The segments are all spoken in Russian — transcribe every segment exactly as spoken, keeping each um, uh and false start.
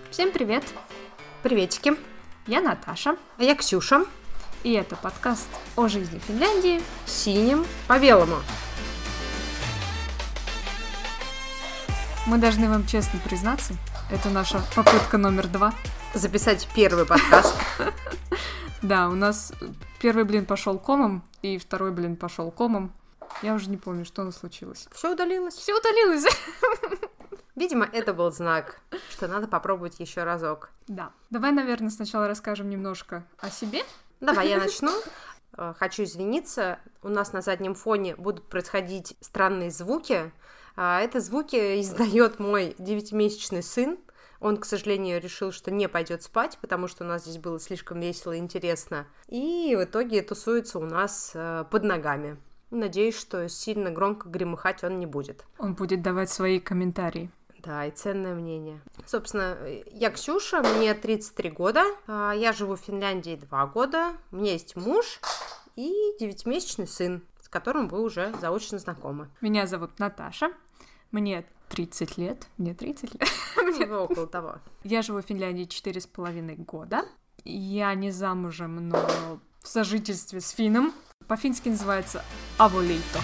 Всем привет! Приветики! Я Наташа. А я Ксюша. И это подкаст о жизни в Финляндии синим по белому. Мы должны вам честно признаться, это наша попытка номер два. Записать первый подкаст. Да, у нас первый блин пошел комом, и второй блин пошел комом. Я уже не помню, что у нас случилось. Все удалилось. Все удалилось. Видимо, это был знак, что надо попробовать еще разок. Да. Давай, наверное, сначала расскажем немножко о себе. Давай, я начну. Хочу извиниться. У нас на заднем фоне будут происходить странные звуки. Это звуки издает мой девятимесячный сын. Он, к сожалению, решил, что не пойдет спать, потому что у нас здесь было слишком весело и интересно. И в итоге тусуется у нас под ногами. Надеюсь, что сильно громко гремыхать он не будет. Он будет давать свои комментарии. Да, и ценное мнение. Собственно, я Ксюша, мне тридцать три года, я живу в Финляндии два года, у меня есть муж и девятимесячный сын, с которым вы уже заочно знакомы. Меня зовут Наташа, мне тридцать лет, мне тридцать лет. Мне около того. Я живу в Финляндии четыре с половиной года, я не замужем, но в сожительстве с финном. По-фински называется «аволейто».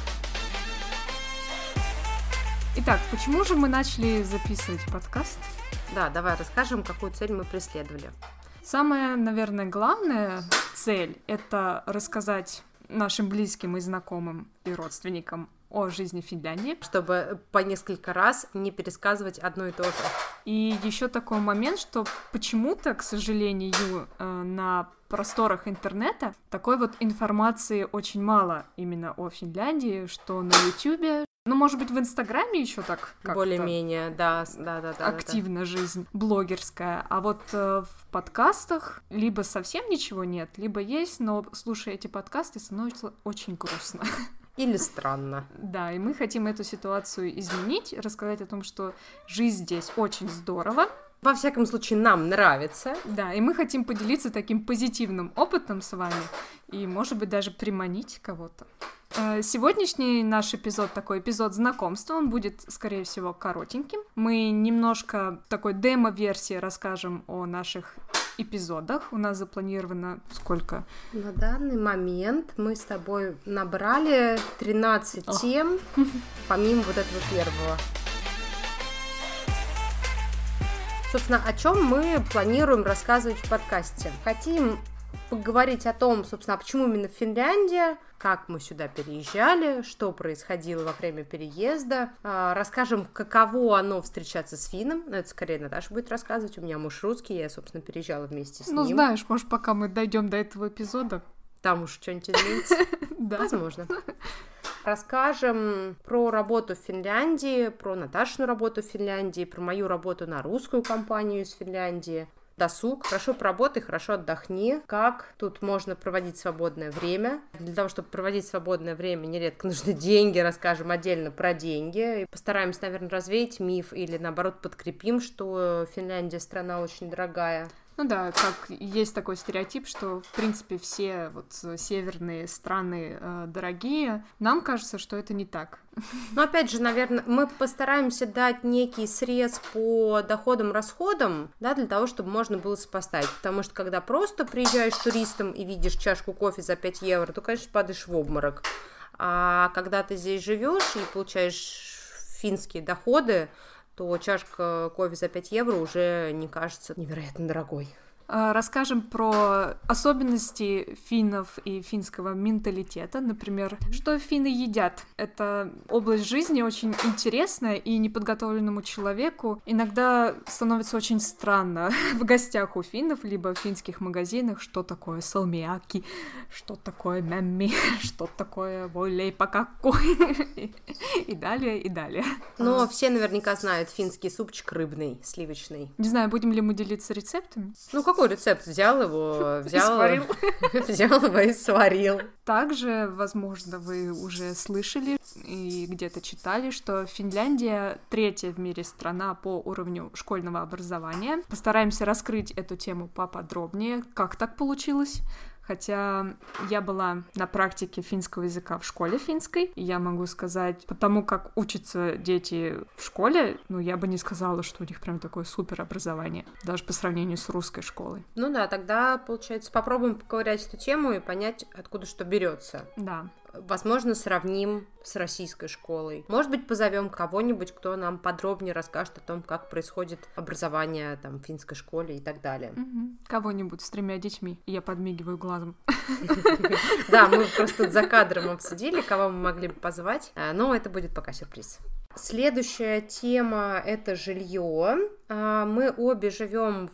Итак, почему же мы начали записывать подкаст? Да, давай расскажем, какую цель мы преследовали. Самая, наверное, главная цель — это рассказать нашим близким и знакомым и родственникам о жизни в Финляндии. Чтобы по несколько раз не пересказывать одно и то же. И еще такой момент, что почему-то, к сожалению, на просторах интернета такой вот информации очень мало именно о Финляндии, что на Ютубе, ну, может быть, в Инстаграме еще так более-менее, да, да, да, да, активна да. жизнь блогерская, а вот э, в подкастах либо совсем ничего нет, либо есть, но слушая эти подкасты, становится очень грустно. Или странно. Да, и мы хотим эту ситуацию изменить, рассказать о том, что жизнь здесь очень здорово. Во всяком случае, нам нравится. Да, и мы хотим поделиться таким позитивным опытом с вами и, может быть, даже приманить кого-то. Сегодняшний наш эпизод такой эпизод знакомства, он будет, скорее всего, коротеньким. Мы немножко такой демо-версии расскажем о наших эпизодах. У нас запланировано сколько? На данный момент мы с тобой набрали тринадцать О. тем, помимо вот этого первого. Собственно, о чем мы планируем рассказывать в подкасте? Хотим поговорить о том, собственно, почему именно Финляндия, как мы сюда переезжали, что происходило во время переезда. Расскажем, каково оно встречаться с финном. Это скорее Наташа будет рассказывать. У меня муж русский, я, собственно, переезжала вместе с ну, ним. Ну, знаешь, может, пока мы дойдем до этого эпизода. Там уж что-нибудь изменится. Да. Возможно. Расскажем про работу в Финляндии, про Наташину работу в Финляндии, про мою работу на русскую компанию из Финляндии. Досуг. Хорошо поработай, хорошо отдохни. Как тут можно проводить свободное время? Для того, чтобы проводить свободное время, нередко нужны деньги. Расскажем отдельно про деньги. И постараемся, наверное, развеять миф или, наоборот, подкрепим, что Финляндия страна очень дорогая. Ну да, как есть такой стереотип, что, в принципе, все вот северные страны э, дорогие. Нам кажется, что это не так. Но, опять же, наверное, мы постараемся дать некий срез по доходам-расходам, да, для того, чтобы можно было сопоставить. Потому что, когда просто приезжаешь туристом и видишь чашку кофе за пять евро, то, конечно, падаешь в обморок. А когда ты здесь живешь и получаешь финские доходы, то чашка кофе за пять евро уже не кажется невероятно дорогой. Расскажем про особенности финнов и финского менталитета. Например, что финны едят. Это область жизни очень интересная, и неподготовленному человеку иногда становится очень странно в гостях у финнов, либо в финских магазинах, что такое салмиаки, что такое мэмми, что такое voilейпакакку, и далее, и далее. Но все наверняка знают финский супчик рыбный, сливочный. Не знаю, будем ли мы делиться рецептами? Ну, какой рецепт? Взял его, взял, взял его и сварил. Также, возможно, вы уже слышали и где-то читали, что Финляндия третья в мире страна по уровню школьного образования. Постараемся раскрыть эту тему поподробнее, как так получилось, Хотя я была на практике финского языка в школе финской, и я могу сказать, потому как учатся дети в школе, ну, я бы не сказала, что у них прям такое супер образование, даже по сравнению с русской школой. Ну да, тогда, получается, попробуем поковырять эту тему и понять, откуда что берется. Да. Возможно, сравним с российской школой. Может быть, позовем кого-нибудь, кто нам подробнее расскажет о том, как происходит образование там, в финской школе и так далее. Угу. Кого-нибудь с тремя детьми. Я подмигиваю глазом. Да, мы просто за кадром обсудили, кого мы могли бы позвать, но это будет пока сюрприз. Следующая тема — это жилье. Мы обе живем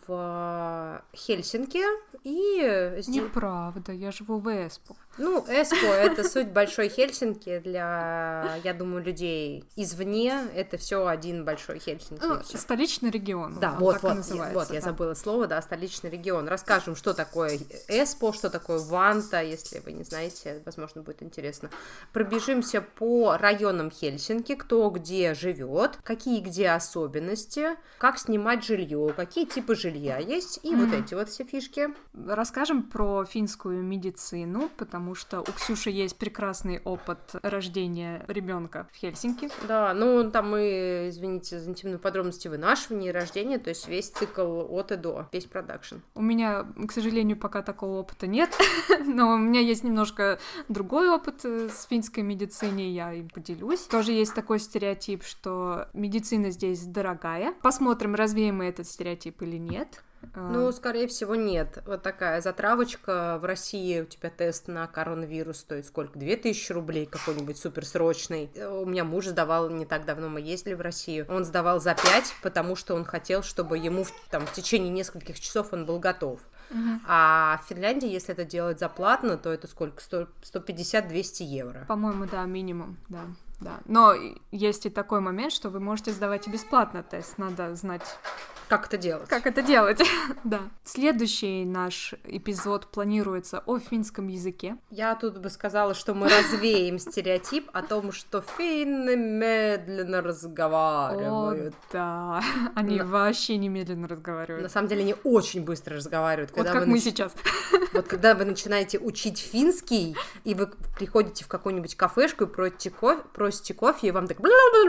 в Хельсинки и... Неправда, я живу в Эспо. Ну, Эспо — это суть большой Хельсинки для, я думаю, людей извне. Это все один большой Хельсинки. Ну, столичный регион. Да, вот, вот, я, вот, да. я забыла слово, да, столичный регион. Расскажем, что такое Эспо, что такое Ванта, если вы не знаете, возможно, будет интересно. Пробежимся по районам Хельсинки, кто где живет, какие где особенности, как снимать жилье, какие типы жилья есть, и mm-hmm. вот эти вот все фишки. Расскажем про финскую медицину, потому что у Ксюши есть прекрасный опыт рождения ребенка в Хельсинки. Да, ну там мы, извините за интимную подробность, вынашивания и рождения, то есть весь цикл от и до, весь продакшн. У меня, к сожалению, пока такого опыта нет, но у меня есть немножко другой опыт с финской медициной, я им поделюсь. Тоже есть такой стереотип, что медицина здесь дорогая. Посмотрим, развеем мы этот стереотип или нет. Ну, скорее всего, нет. Вот такая затравочка. В России у тебя тест на коронавирус стоит сколько? Две тысячи рублей какой-нибудь суперсрочный. У меня муж сдавал не так давно, мы ездили в Россию. Он сдавал за пять, потому что он хотел, чтобы ему там, в течение нескольких часов он был готов. Uh-huh. А в Финляндии, если это делать за платно, то это сколько? сто пятьдесят - двести евро. По-моему, да, минимум, да. Да. Но есть и такой момент, что вы можете сдавать и бесплатно тест. Надо знать, как это делать. Как это делать, да. Следующий наш эпизод планируется о финском языке. Я тут бы сказала, что мы развеем стереотип о том, что финны медленно разговаривают. О, да, они Но... вообще не медленно разговаривают. На самом деле они очень быстро разговаривают. Вот как мы нач... сейчас. Вот когда вы начинаете учить финский, и вы приходите в какую-нибудь кафешку и просите кофе, просите кофе, и вам так...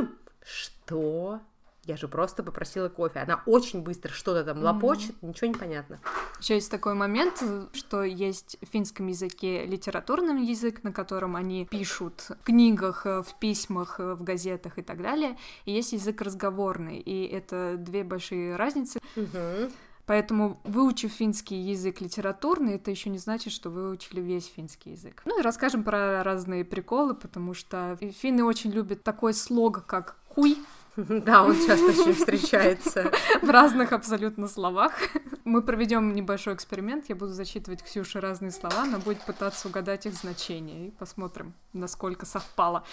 Что? Я же просто попросила кофе. Она очень быстро что-то там лопочет, mm-hmm. ничего не понятно. Еще есть такой момент, что есть в финском языке литературный язык, на котором они пишут в книгах, в письмах, в газетах и так далее. И есть язык разговорный, и это две большие разницы. Mm-hmm. Поэтому, выучив финский язык литературный, это еще не значит, что вы выучили весь финский язык. Ну и расскажем про разные приколы, потому что финны очень любят такой слог, как «хуй». Да, он часто очень встречается. В разных абсолютно словах. Мы проведем небольшой эксперимент, я буду зачитывать Ксюше разные слова, она будет пытаться угадать их значение, и посмотрим, насколько совпало.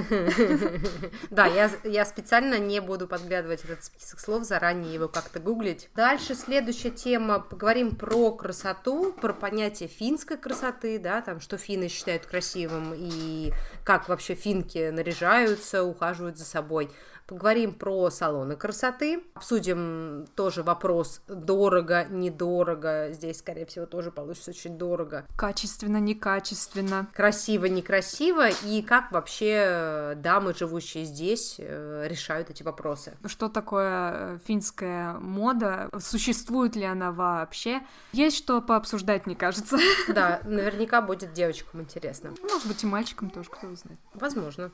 Да, я, я специально не буду подглядывать этот список слов, заранее его как-то гуглить. Дальше следующая тема, поговорим про красоту, про понятие финской красоты, да, там, что финны считают красивым, и как вообще финки наряжаются, ухаживают за собой. Поговорим про салоны красоты, обсудим тоже вопрос дорого, недорого, здесь, скорее всего, тоже получится очень дорого. Качественно, некачественно. Красиво, некрасиво, и как вообще дамы, живущие здесь, решают эти вопросы. Что такое финская мода? Существует ли она вообще? Есть что пообсуждать, мне кажется. Да, наверняка будет девочкам интересно. Может быть, и мальчикам тоже, кто знает. Возможно.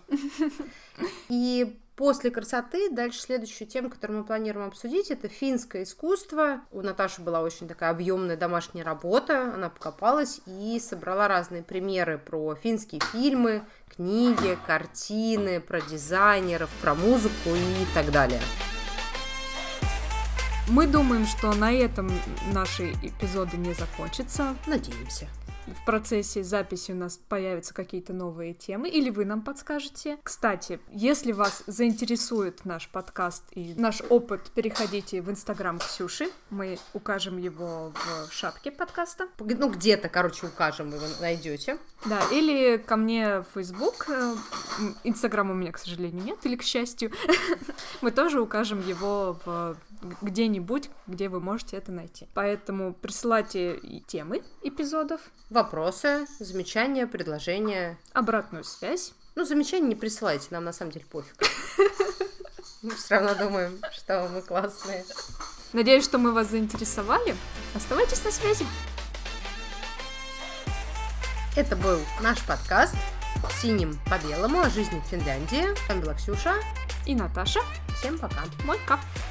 И после красоты дальше следующую тему, которую мы планируем обсудить, это финское искусство. У Наташи была очень такая объемная домашняя работа, она покопалась и собрала разные примеры про финские фильмы, книги, картины, про дизайнеров, про музыку и так далее. Мы думаем, что на этом наши эпизоды не закончатся. Надеемся. В процессе записи у нас появятся какие-то новые темы, или вы нам подскажете. Кстати, если вас заинтересует наш подкаст и наш опыт, переходите в Инстаграм Ксюши, мы укажем его в шапке подкаста. Ну, где-то, короче, укажем, вы его найдете. Да, или ко мне в Фейсбук. Инстаграм у меня, к сожалению, нет, или к счастью. Мы тоже укажем его в где-нибудь, где вы можете это найти. Поэтому присылайте темы эпизодов, вопросы, замечания, предложения, обратную связь. Ну, замечания не присылайте, нам на самом деле пофиг. Мы все равно думаем, что мы классные. Надеюсь, что мы вас заинтересовали. Оставайтесь на связи. Это был наш подкаст «Синим по белому» о жизни в Финляндии. С вами была Ксюша и Наташа. Всем пока. Мойка.